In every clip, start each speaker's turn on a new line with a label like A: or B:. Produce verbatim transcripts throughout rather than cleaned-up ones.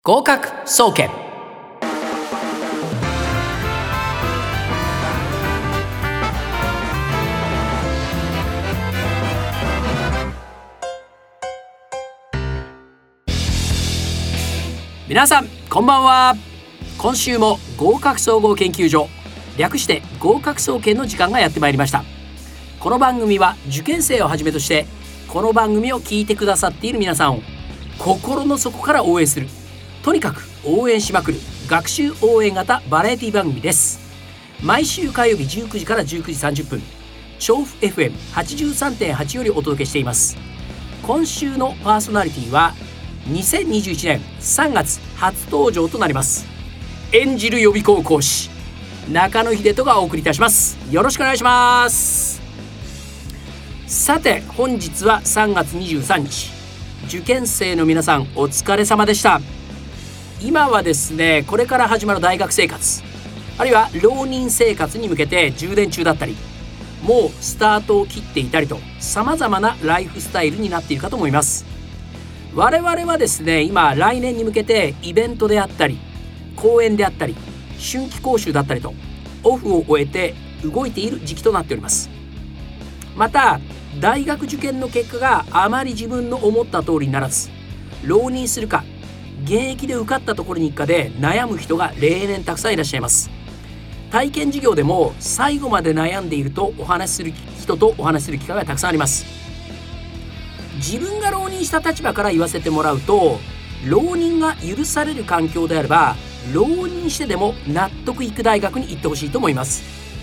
A: 合格総研。皆さんこんばんは。今週も合格総合研究所、略して合格総研の時間がやってまいりました。この番組は受験生をはじめとしてこの番組を聞いてくださっている皆さんを心の底から応援する、とにかく応援しまくる学習応援型バラエティ番組です。毎週火曜日じゅうくじからじゅうくじさんじゅっぷん、調布 エフエムはちじゅうさんてんはち よりお届けしています。今週のパーソナリティはにせんにじゅういちねんさんがつ初登場となります演じる予備校講師中野秀人がお送りいたします。よろしくお願いします。さて本日はさんがつにじゅうさんにち、受験生の皆さんお疲れ様でした。今はですね、これから始まる大学生活、あるいは浪人生活に向けて充電中だったり、もうスタートを切っていたりと、様々なライフスタイルになっているかと思います。我々はですね、今来年に向けてイベントであったり講演であったり春季講習だったりとオフを終えて動いている時期となっております。また大学受験の結果があまり自分の思った通りにならず、浪人するか現役で受かったところに行くかで悩む人が例年たくさんいらっしゃいます。体験授業でも最後まで悩んでいるとお話しする人とお話しする機会がたくさんあります。自分が浪人した立場から言わせてもらうと、浪人が許される環境であれば浪人してでも納得いく大学に行ってほしいと思います。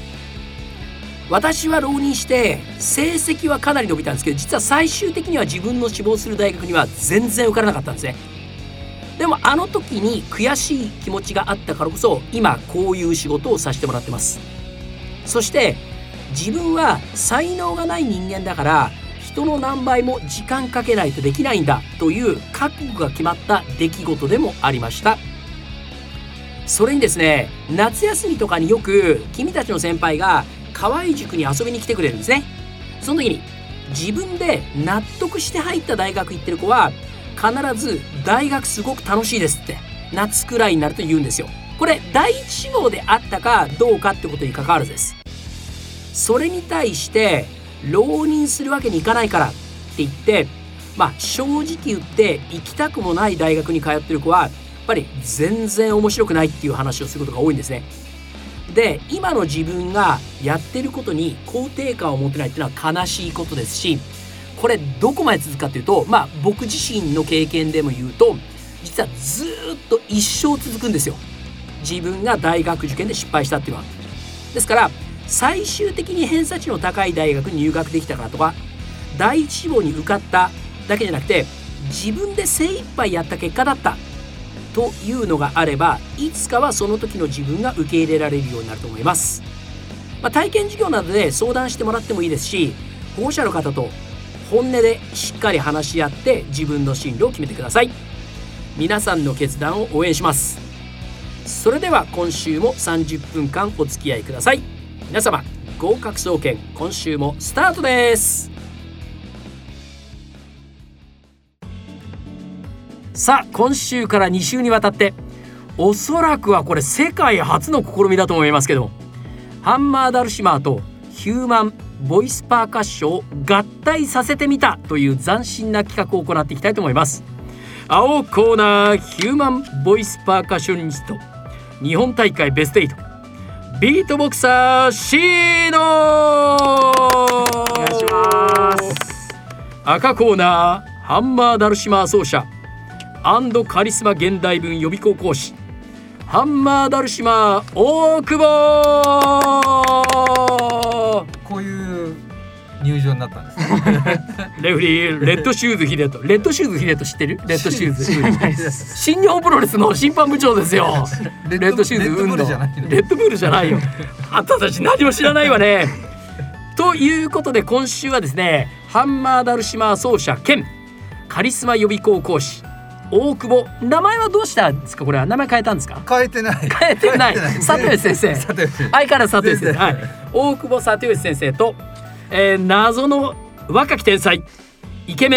A: 私は浪人して成績はかなり伸びたんですけど、実は最終的には自分の志望する大学には全然受からなかったんですね。でもあの時に悔しい気持ちがあったからこそ今こういう仕事をさせてもらってます。そして自分は才能がない人間だから人の何倍も時間かけないとできないんだという覚悟が決まった出来事でもありました。それにですね、夏休みとかによく君たちの先輩が河合塾に遊びに来てくれるんですね。その時に自分で納得して入った大学行ってる子は必ず大学すごく楽しいですって夏くらいになると言うんですよ。これ第一志望であったかどうかってことに関わらずです。それに対して浪人するわけにいかないからって言って、まあ正直言って行きたくもない大学に通ってる子はやっぱり全然面白くないっていう話をすることが多いんですね。で、今の自分がやってることに肯定感を持てないっていうのは悲しいことですし、これどこまで続くかというと、まあ僕自身の経験でも言うと、実はずっと一生続くんですよ。自分が大学受験で失敗したっていうのは。ですから最終的に偏差値の高い大学に入学できたからとか第一志望に受かっただけじゃなくて、自分で精一杯やった結果だったというのがあれば、いつかはその時の自分が受け入れられるようになると思います。まあ、体験授業などで相談してもらってもいいですし、保護者の方と本音でしっかり話し合って自分の進路を決めてください。皆さんの決断を応援します。それでは今週もさんじゅっぷんかんお付き合いください。皆様合格総研、今週もスタートです。さあ今週からに週にわたって、おそらくはこれ世界初の試みだと思いますけども、ハンマーダルシマーとヒューマンボイスパーカッションを合体させてみたという斬新な企画を行っていきたいと思います。青コーナーヒューマンボイスパーカッショニスト日本大会ベストはちビートボクサーシーノお
B: 願いします。
A: 赤コーナーハンマーダルシマー奏者カリスマ現代文予備校講師ハンマーダルシマー大久保。
B: こういう入場になったんですね
A: レフリーレッドシューズヒデト。レッドシューズヒデト知ってる？レッドシューズ新日本プロレスの審判部長ですよ。レッドシューズ運動レッドブルじゃないよあんたたち何も知らないわねということで今週はですね、ハンマーダルシマー奏者兼カリスマ予備校講師大久保。名前はどうしたんですか？これは名前変えたんですか？
B: 変えてない
A: 変えてない里吉先生相変わらず里吉先生、はい、大久保里吉先生と、えー、謎の若き天才イケメン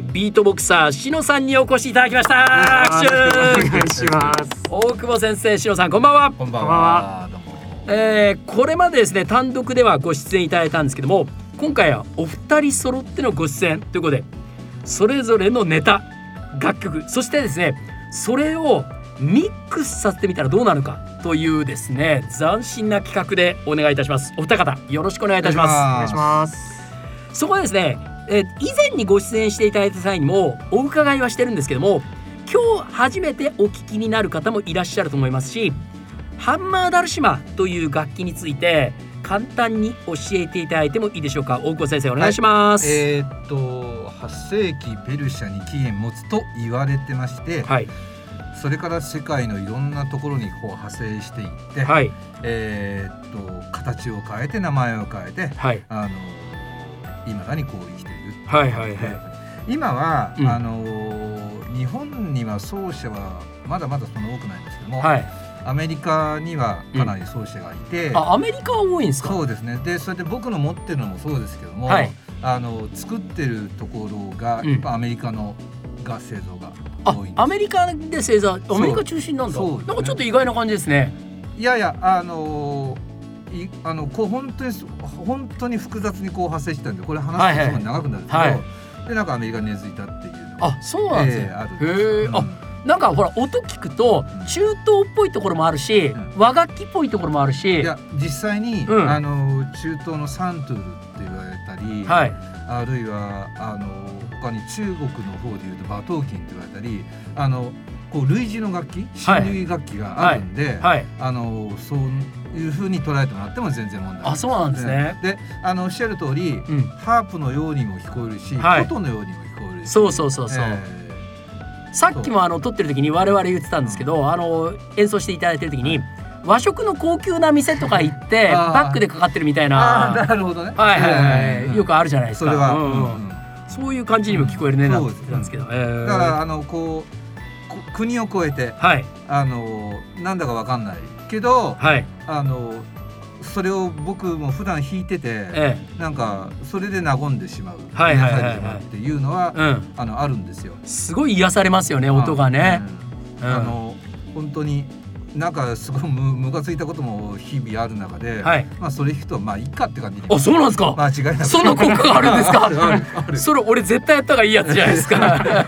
A: ビートボクサーしのさんにお越しいただきました。
C: 拍手お願いします。
A: 大久保先生、しのさん、こんばんは。
B: こんばんは。どうも。
A: えー、これまでですね、単独ではご出演いただいたんですけども、今回はお二人揃ってのご出演ということで、それぞれのネタ、楽曲、そしてですね、それをミックスさせてみたらどうなるかというですね、斬新な企画でお願いいたします。お二方よろしくお願いいたします。
C: お願いします。
A: そこでですね、えー、以前にご出演していただいた際にもお伺いはしてるんですけども、今日初めてお聞きになる方もいらっしゃると思いますし、ハンマーダルシマという楽器について簡単に教えていただいてもいいでしょうか。大久保先生、お願いします。
B: はい、えー、っとはっせいきペルシャに起源持つと言われてまして、はい、それから世界のいろんなところにこう派生していって、はい、えー、っと形を変えて名前を変えて、はい、あの今だにこう生きている、はいはいはい、今は、うん、あの日本には奏者はまだまだその多くないんですけども、はい、アメリカにはかなり奏者がいて、うん、あ
A: アメリカは多いんですか。
B: そうですね。でそれで僕の持ってるのもそうですけども、はい、あの作ってるところがやっぱアメリカのが製造が多いんです。
A: あ、アメリカで製造、アメリカ中心なんだ。そう、なんかちょっと意外な感じですね。
B: いやいや、あのいあのこう本当に本当に複雑にこう発生してたんで、これ話すとすごい長くなるんですけど、はいはい、でなんかアメリカに根付いたっていうのが、
A: あ、そうなんですね。えー、あるんです。へー、うん、あ、なんかほら音聞くと中東っぽいところもあるし、うん、和楽器っぽいところもあるし、
B: いや実際に、うん、あの中東のサントゥールって言われたり、はい、あるいはあの他に中国の方でいうと馬頭琴って言われたり、あのこう類似の楽器、親類楽器があるんで、はいはい、あのそういう風に捉えてもらっても全然問題ない。
A: あ、そうなんですね。
B: で、あのおっしゃる通り、うん、ハープのようにも聞こえるし、はい、琴のようにも聞こえるし、
A: そうそうそうそう、えー、さっきもあの撮ってる時に我々言ってたんですけど、うん、あの演奏していただいてる時に和食の高級な店とか行ってバックでかかってるみたいな、
B: あ、なるほどね、
A: はいはいはい、うん、よくあるじゃないですか。
B: それは、うんうん、
A: そういう感じにも聞こえるね、うん、なんて言ってたんですけど、えー、
B: だからあのこう国を越えて、はい、あのなんだか分かんないけど、はい、あのそれを僕も普段弾いてて、ええ、なんかそれで和んでしまう、癒されてしまうっていうのは、うん、あのあるんですよ。
A: すごい癒されますよね、音がね。
B: うん、あの本当になんかすごいむムカついたことも日々ある中で、はい、まあそれ弾くとまあいいかって感じで。
A: あ、そうなんですか。
B: 間違いなく
A: その効果があるんですか。
B: あるあるある。
A: それ俺絶対やった方がいいやつじゃないですか。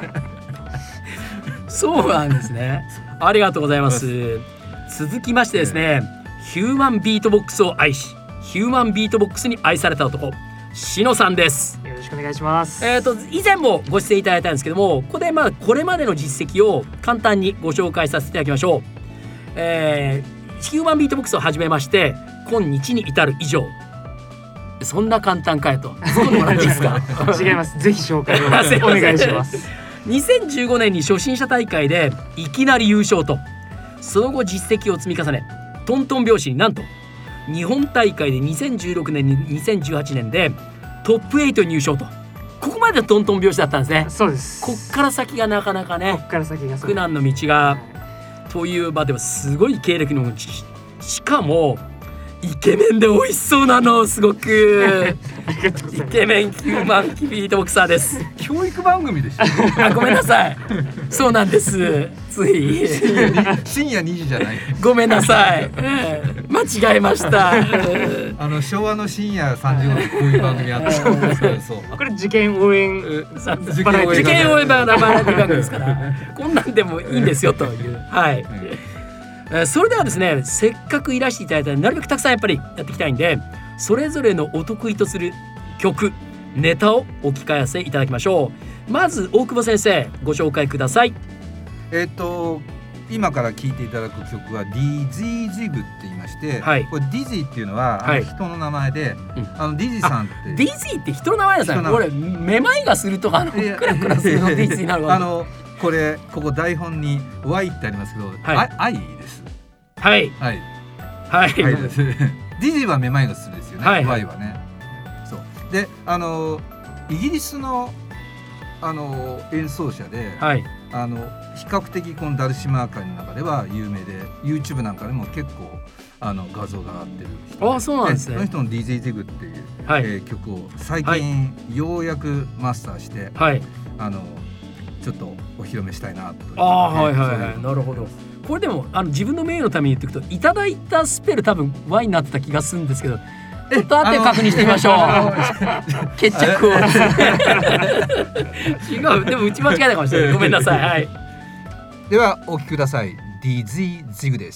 A: そうなんですね。ありがとうございます。続きましてですね、ヒューマンビートボックスを愛し、ヒューマンビートボックスに愛された男、しのさんです。
C: よろしくお願いします。
A: えーと以前もご出演いただいたんですけども、ここでまあこれまでの実績を簡単にご紹介させていただきましょう。えー、ヒューマンビートボックスを始めまして今日に至る以上、そんな簡単かよとそうでもないですか。
C: 違います。ぜひ紹介をお願いします。
A: にせんじゅうごねんに初心者大会でいきなり優勝と、その後実績を積み重ね、トントン拍子になんと日本大会でにせんじゅうろくねんににせんじゅうはちねんでトップエイトに入賞と、ここまでトントン拍子だったんですね。
C: そうです。
A: こっから先がなかなかね、
C: こっから先が
A: 苦難の道が、はい、という場ではすごい経歴のうち、しかもイケメンで美味しそうなの、すごくイケメンヒューマンビートボクサーです。
B: 教育番組でしょ。
A: あ、ごめんなさい。そうなんです。つい
B: 深夜にじじゃない。
A: ごめんなさい、間違えました。
B: あの昭和の深夜さんじごろこういう番組あった。そう
C: そう。これ受験応援
A: 受験応援バラエティ番組ですから、こんなんでもいいんですよという。はい。それではですね、せっかくいらしていただいたらなるべくたくさんやっぱりやっていきたいんで、それぞれのお得意とする曲、ネタをお聞かせいただきましょう。まず大久保先生、ご紹介ください。
B: えっと今から聴いていただく曲はディジージグって言いまして、はい、これディジーっていうのは、はい、あの人の名前で、うん、あのディジーさんって
A: ディジーって人の名前ですね。これめまいがするとか、あのクラクラするのディジーになるわ。
B: あのこれここ台本に ワイ ってありますけど、はい、愛です。
A: はい
B: はい
A: はい。
B: ディジーはめまいがするですよね。はい、ワイ はね。そうで、あのイギリスのあの演奏者で、はい、あの比較的このダルシマー界の中では有名で、 YouTube なんかでも結構あの画像が上がってる人で、
A: あ、そうなんですね。
B: その人の ディージェー ジグっていう、はい、えー、曲を最近、はい、ようやくマスターして、はい、 あのちょっとお披露目したいなと。
A: ああはいはいはい、なるほど。これでもあの自分の名誉のために言っておくと、いただいたスペル多分 Y になってた気がするんですけど、ちょっと後で確認してみましょう。決着を違う、でも打ち間違えたかもしれない、ごめんなさい、はい、
B: ではお聞きください。 ディズィジグです。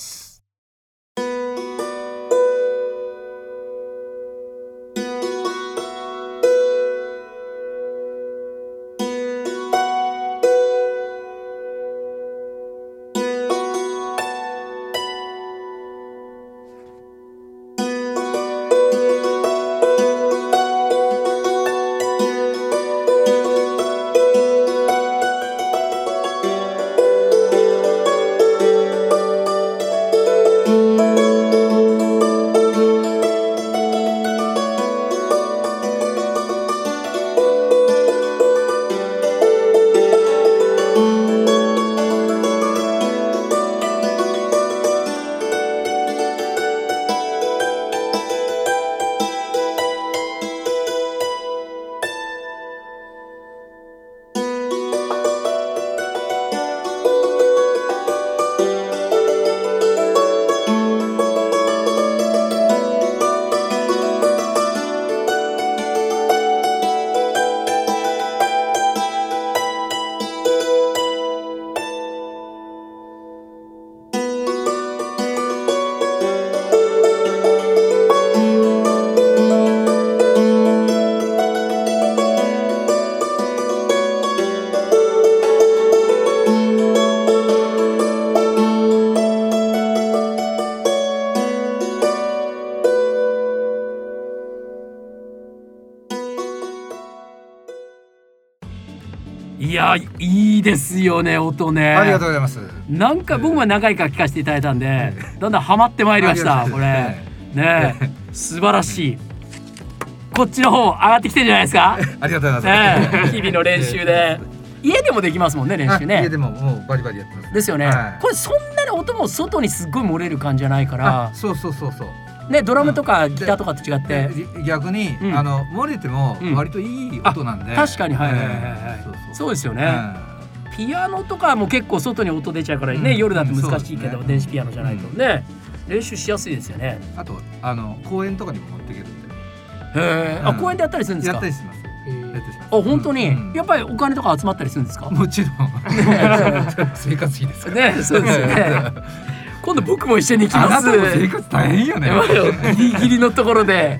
A: いやいいですよね、音ね。
B: ありがとうございます。
A: なんか僕も長いから聞かせていただいたんで、だんだんハマってまいりました。これね素晴らしい。こっちの方上がってきてるじゃないですか。
B: ありがとうございます、
A: ね、日々の練習で家でもできますもんね、練習ね。
B: 家でももうバリバリやってます
A: ですよね、
B: はい、
A: これそんなに音も外にすっごい漏れる感じじゃないから。
B: そうそうそうそう
A: ね、ドラムとかギターとかと違って、
B: うん、逆に、うん、あの漏れても割といい音なんで、うん、
A: 確かに、はいはいはいはい、そうですよね、うん、ピアノとかも結構外に音出ちゃうからね、うん、夜だと難しいけど、うんね、電子ピアノじゃないとね、うん、練習しやすいですよね。
B: あとあの公園とかにも持っていけるんで。
A: へえ、うん、あ、公園でやったりするんですか。
B: やったりします。
A: あ、本当に、うん、やっぱりお金とか集まったりするんですか。
B: もちろん生活費ですから
A: ね。そうですよね今度僕も一緒に行きます。
B: あなたも生活大変よね
A: ギリギリのところで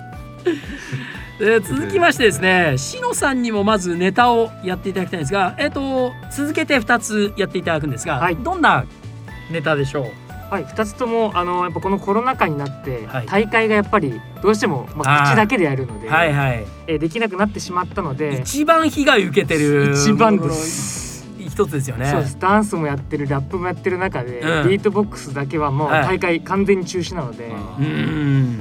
A: で続きましてですね、しのさんにもまずネタをやっていただきたいんですが、えーと続けてふたつやっていただくんですが、はい、どんなネタでしょう。
C: はい、ふたつともあのやっぱこのコロナ禍になって、はい、大会がやっぱりどうしても、まあ、口だけでやるので、はいはい、えー、できなくなってしまったので、
A: 一番被害受けてる
C: 一番です
A: 一つですよね。
C: そうです。ダンスもやってる、ラップもやってる中で、うん、ビートボックスだけはもう大会完全に中止なので、はい、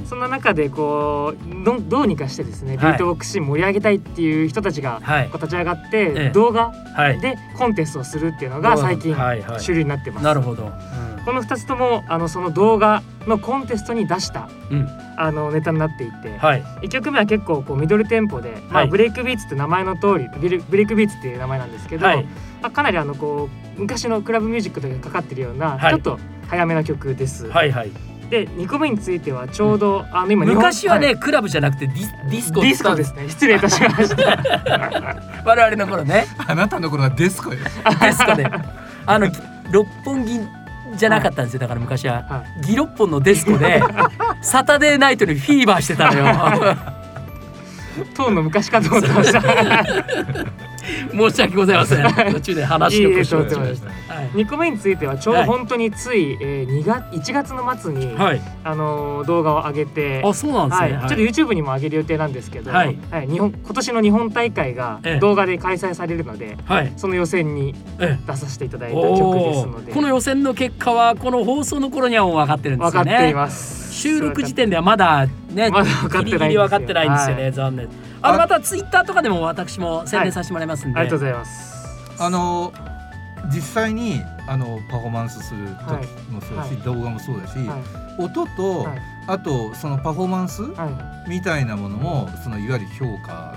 C: そんな中でこう ど, どうにかしてですね、ビートボックスシーン盛り上げたいっていう人たちがこう立ち上がって、はい、動画でコンテストをするっていうのが最近主流になってます。
A: なるほど、うん、
C: このふたつともあのその動画のコンテストに出した、うん、あのネタになっていて、はい、いっきょくめは結構こうミドルテンポで、まあ、ブレイクビーツって名前の通りブレイクビーツっていう名前なんですけど、はい、まあ、かなりあのこう昔のクラブミュージックとかかかってるような、はい、ちょっと早めな曲です。はいはい、でにこめについてはちょうど、うん、あの今
A: 昔はね、はい、クラブじゃなくてディ ス, ディスコ
C: ディスコですね。失礼いたしました
A: 我々の頃ね。
B: あなたの頃はディスコよ。
A: ディスコであの六本木じゃなかったんですよ。だから昔は、はい、ギロッポンのディスコでサタデーナイトにフィーバーしてたのよ
C: 当の昔かと思ってました
A: 申し訳ございません途中で話をしました。
C: にこめについてはちょうど本当につい、えー、にがついちがつの末に、はい、あのー、動画を上げて、
A: あ、そうなんですね、
C: はい、ちょっと YouTube にも上げる予定なんですけど、はいはい、日本今年の日本大会が動画で開催されるので、はい、その予選に出させていただいた曲ですので、
A: この予選の結果はこの放送の頃にはもう分かってるんですよね。
C: 分かっています。
A: 収録時点ではまだね、
C: まだ分かってないんですよ。ギリギリ
A: 分かってないんですよね、はい、残念。あのまたツイッターとかでも私も宣伝させてもらいますんで、
C: はい、ありがとうございます。
B: あの実際にあのパフォーマンスする時もそうだし、はい、動画もそうだし、はい、音と、はい、あとそのパフォーマンス、はい、みたいなものもそのいわゆる評価の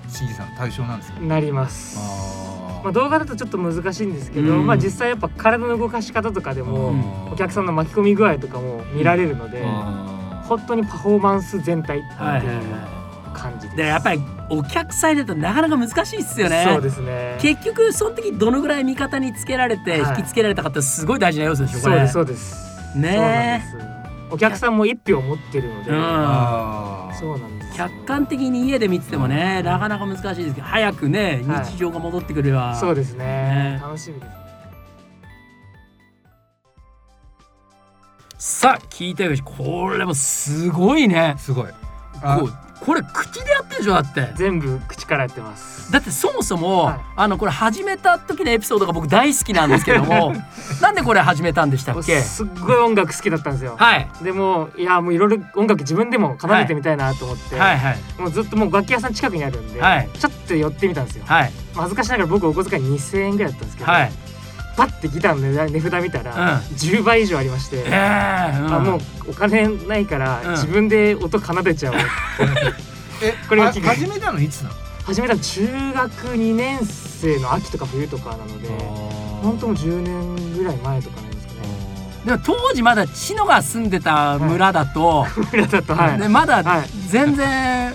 B: 審議さんの対象なんですか？
C: なります。あ、まあ、動画だとちょっと難しいんですけど、うん、まあ、実際やっぱ体の動かし方とかでもお客さんの巻き込み具合とかも見られるので、本当にパフォーマンス全体っていう感じです。
A: でやっぱりお客さんだとなかなか難しいですよね。
C: そうですね。
A: 結局その時どのぐらい味方につけられて引きつけられたかってすごい大事な要素でしょ、これ。
C: そうですそうです
A: ね。
C: そうなんです。お客さんも一票持ってるので、うん、そうなんです。
A: 客観的に家で見ててもね、なかなか難しいですけど、早くね日常が戻ってくれば、
C: はい、そうですね、ね、楽しみです。
A: さあ聞いたよし、これもすごいね。
B: すごい。
A: こうこれ口でやってるでしょ。だって
C: 全部口からやってます。
A: だってそもそも、はい、あのこれ始めた時のエピソードが僕大好きなんですけどもなんでこれ始めたんでしたっけ？
C: すっごい音楽好きだったんですよ。はい。でもいやもういろいろ音楽自分でも奏でてみたいなと思って、はいはいはい、もうずっともう楽器屋さん近くにあるんで、はい、ちょっと寄ってみたんですよ。はい。まあ、恥ずかしながら僕お小遣いにせんえんぐらいだったんですけど、はい、パッてギターの値札見たらじゅうばい以上ありまして、うん、えーうん、あもうお金ないから自分で音奏でちゃおうって、
B: えこれ始めたのいつなの？
C: 始めたの中学にねんせいの秋とか冬とかなので、本当もうじゅうねんぐらい前とかなんですかね。
A: でも当時まだ知野が住んでた村だと、
C: はい、村だと、はい、
A: でまだ全然、はい、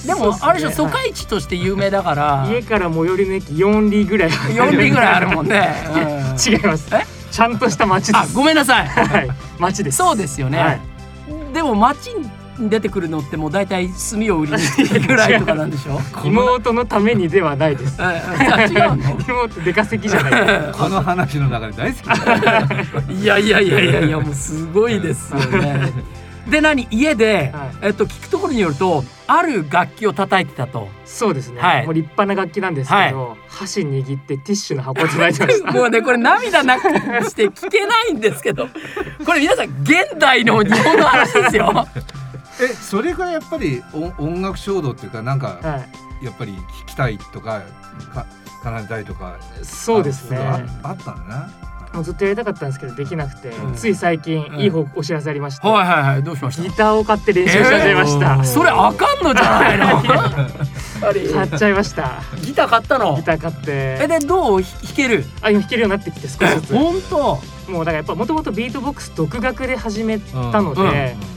A: でもあれでしょ、疎開地として有名だから、
C: はい、家から最寄りの駅よんリぐらい
A: よんリぐらいあるもんね、
C: うん、違います。えちゃんとした町です。
A: あ、ごめんなさい、
C: はい、町です。
A: そうですよね、はい、でも町に出てくるのってもう大体炭を売りに行くぐらいとかなんでしょ
C: 妹のためにではないです。
A: 違うの？
C: 妹出稼ぎじゃない
B: この話の中で大好
A: きいやいやいやいやいやもうすごいですよねで何家で、はい、えっと、聞くところによるとある楽器を叩いてたと。
C: そうですね、はい、もう立派な楽器なんですけど、はい、箸握ってティッシュの箱を叩いてました
A: もうねこれ涙なくして聞けないんですけどこれ皆さん現代の日本の話ですよ
B: えそれからやっぱり音楽衝動っていうかなんか、はい、やっぱり弾きたいとか奏でたいとか。
C: そうですね、
B: あ, あったんだな。
C: もうずっとやりたかったんですけどできなくて、うん、つい最近、うん、いいお知らせありまして、
A: はいはいはい、どうしました？
C: ギターを買って練習し始めました、
A: えー、それあかんのじゃないの
C: 買っちゃいました。
A: ギター買ったの？
C: ギター買って。
A: えでどう弾ける？
C: あ今弾けるようになってきて少しずつ。
A: 本当？
C: もうだからやっぱもともとビートボックス独学で始めたので、うんうん、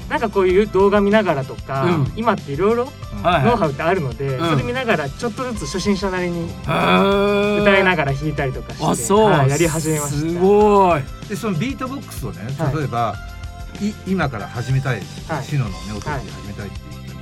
C: なんかこういう動画見ながらとか、うん、今っていろいろノウハウってあるので、うん、それ見ながらちょっとずつ初心者なりに歌いながら弾いたりとかして、
A: あそう、
C: はい、やり始めました。
A: すごい。
B: でそのビートボックスをね、例えば、はい、い今から始めたい、はい、シノのね音で始めたいっていう人に、はい、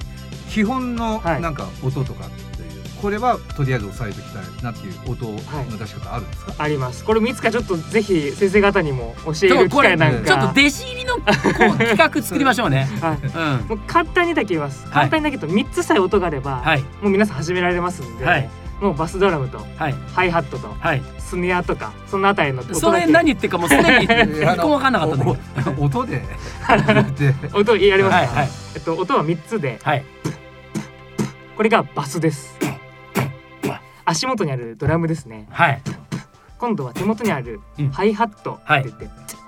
B: 基本のなんか音とかっていう、これはとりあえず押さえておきたいなっていう音の出し方あるんですか？
C: はい、あります。これいつかちょっとぜひ先生方にも教える機会なんか、
A: ちょっと弟子入りのこう企画作りましょうね。
C: はい、うん、もう簡単にだけ言います。簡単にだけ言うとみっつさえ音があれば、はい、もう皆さん始められますんで、はい、もうバスドラムと、はい、ハイハットと、はい、スネアとかそのあたりの音だけ。
A: それ何言ってるかもうすでに一個も分かんなかったんだ
B: けど音で
C: 音やりますか、はいはい、えっと、音はみっつで、はい、これがバスです。足元にあるドラムですね、はい、今度は手元にあるハイハットって言って、うん、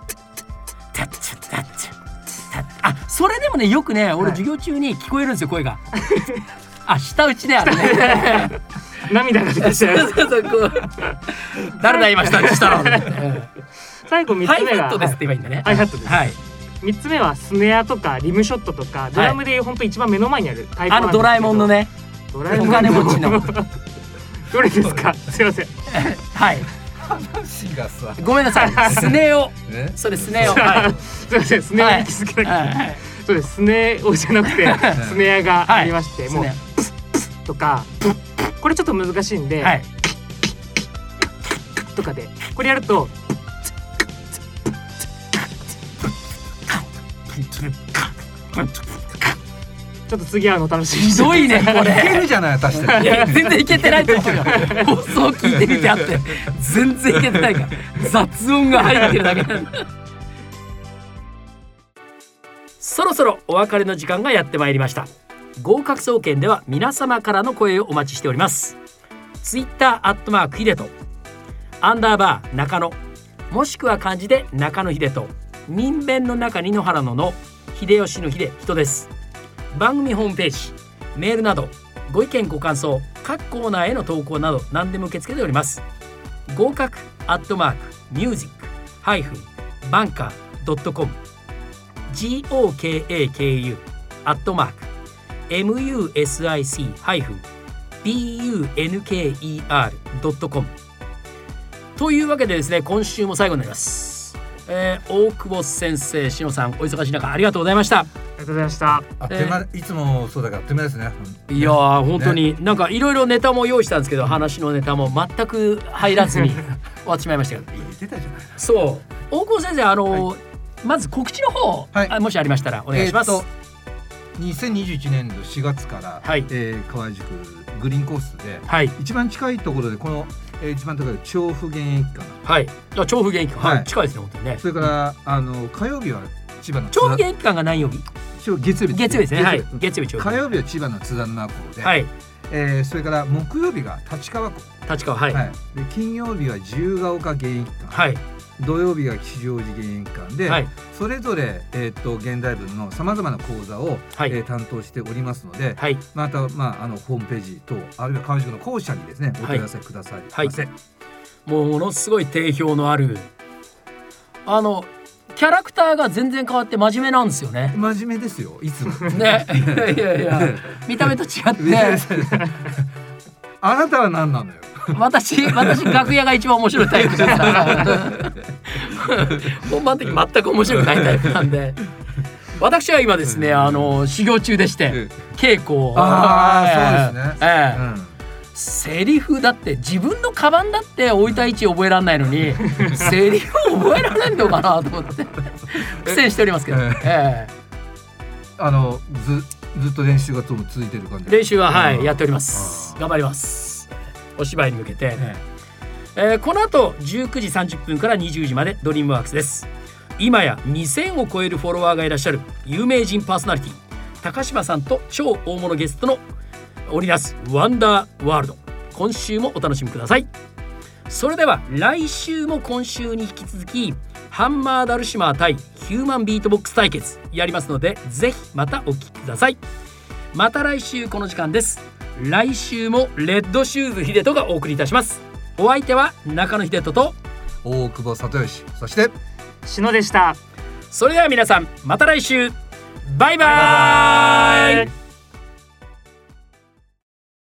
A: あそれでもねよくね俺授業中に聞こえるんですよ声があ舌打ちであるね
C: 涙が出てきちゃう
A: 誰だ今舌打ちしたの
C: 最後みっつめが
A: ハイハットですって言えばいいんだね。
C: ハイハットです、はい、みっつめはスネアとかリムショットとかドラムでいうほんと一番目の前にあるタイプなんですけど、あの
A: ドラえもんのね、
C: ドラえもん
A: お金持ちの
C: どれですか？すいません
A: はい
B: 話がさ
A: ごめんなさいスネをそれスネを、はい、
C: すいませんスネを気づけなくて、はいはい、そうですスネをじゃなくてスネアがありまして、はい、もうプスプスとかこれちょっと難しいんで、はい、とかでこれやるとちょっと次はあの楽しみに
A: ひどいねこれ
B: いけるじゃない確かに。いや
A: 全然いけてないと思うよ放送聞いてみてあって全然いけてないから雑音が入ってるだけなんだそろそろお別れの時間がやってまいりました。合格総研では皆様からの声をお待ちしております。ツイッターアットマークヒデトアンダーバー中野もしくは漢字で中野秀人民弁の中に野原野の秀吉の秀人です。番組ホームページメールなどご意見ご感想、各コーナーへの投稿など何でも受け付けております。合格アットマークミュージックハイフンバンカードットコム ゴーアットマーク エムユーエスアイシー ハイフン ビーユーエヌケーイーアール ドットコム というわけでですね、今週も最後になります。えー、大久保先生、篠さん、お忙しい中ありがとうございました。
C: ありがとうございました。
B: あっという間、えー、いつもそうだからあっという間ですね。
A: いやー、本当に、ね、なんかいろいろネタも用意したんですけど、話のネタも全く入らずに終わってしまいましたけど
B: 入れてたじゃない。
A: そう、大久保先生、あのーはい、まず告知の方、はい、もしありましたらお願いします。えー、
B: にせんにじゅういちねんどしがつから、はい、えー、川宿グリーンコースで、はい、一番近いところでこのえー、一番高い調布現役館、
A: はい、あ、調布現役館、はい、近いですね、本当にね。
B: それからあの火曜日は千葉の
A: 調布現役館が何曜日？
B: 月曜日ですね。
A: 月曜日ですね。はい、月曜日。
B: 火曜日は千葉の津田沼港で、はい、えー、それから木曜日が立川港、
A: 立川、はい、はい、
B: で金曜日は自由が丘現役館、はい、土曜日が吉祥寺現役館で、はい、それぞれ、えー、と現代文のさまざまな講座を、はい、えー、担当しておりますので、はい、また、まあ、あのホームページ等あるいは川宿の校舎にですねお問い合わせくださいませ。はいはい、
A: もうものすごい定評のある、あのキャラクターが全然変わって真面目なんですよね。
B: 真面目ですよ、いつも
A: ね。いやいやいや見た目と違って
B: あなたは何なのよ。
A: 私私楽屋が一番面白いタイプでさ本番的に全く面白くないタイプなんで、私は今ですね、あの修行中でして稽古を、
B: ああ、そうですね、えーうん、
A: セリフだって自分のカバンだって置いた位置覚えられないのにセリフを覚えられるのかなと思って苦戦しておりますけど、え
B: ー、あの ず, ずっと練習が続いてる感じ。
A: 練習は、はい、やっております。頑張ります。お芝居に向けて、ね、えー、この後じゅうくじさんじゅっぷんからにじゅうじまでドリームワークスです。今やにせんを超えるフォロワーがいらっしゃる有名人パーソナリティ高島さんと超大物ゲストの織り出すワンダーワールド、今週もお楽しみください。それでは来週も今週に引き続きハンマーダルシマー対ヒューマンビートボックス対決やりますので、ぜひまたお聞きください。また来週この時間です。来週もレッドシューズ秀人がお送りいたします。お相手は中野秀人と
B: 大久保里義、そして
C: 篠でした。
A: それでは皆さんまた来週、バイバーイ。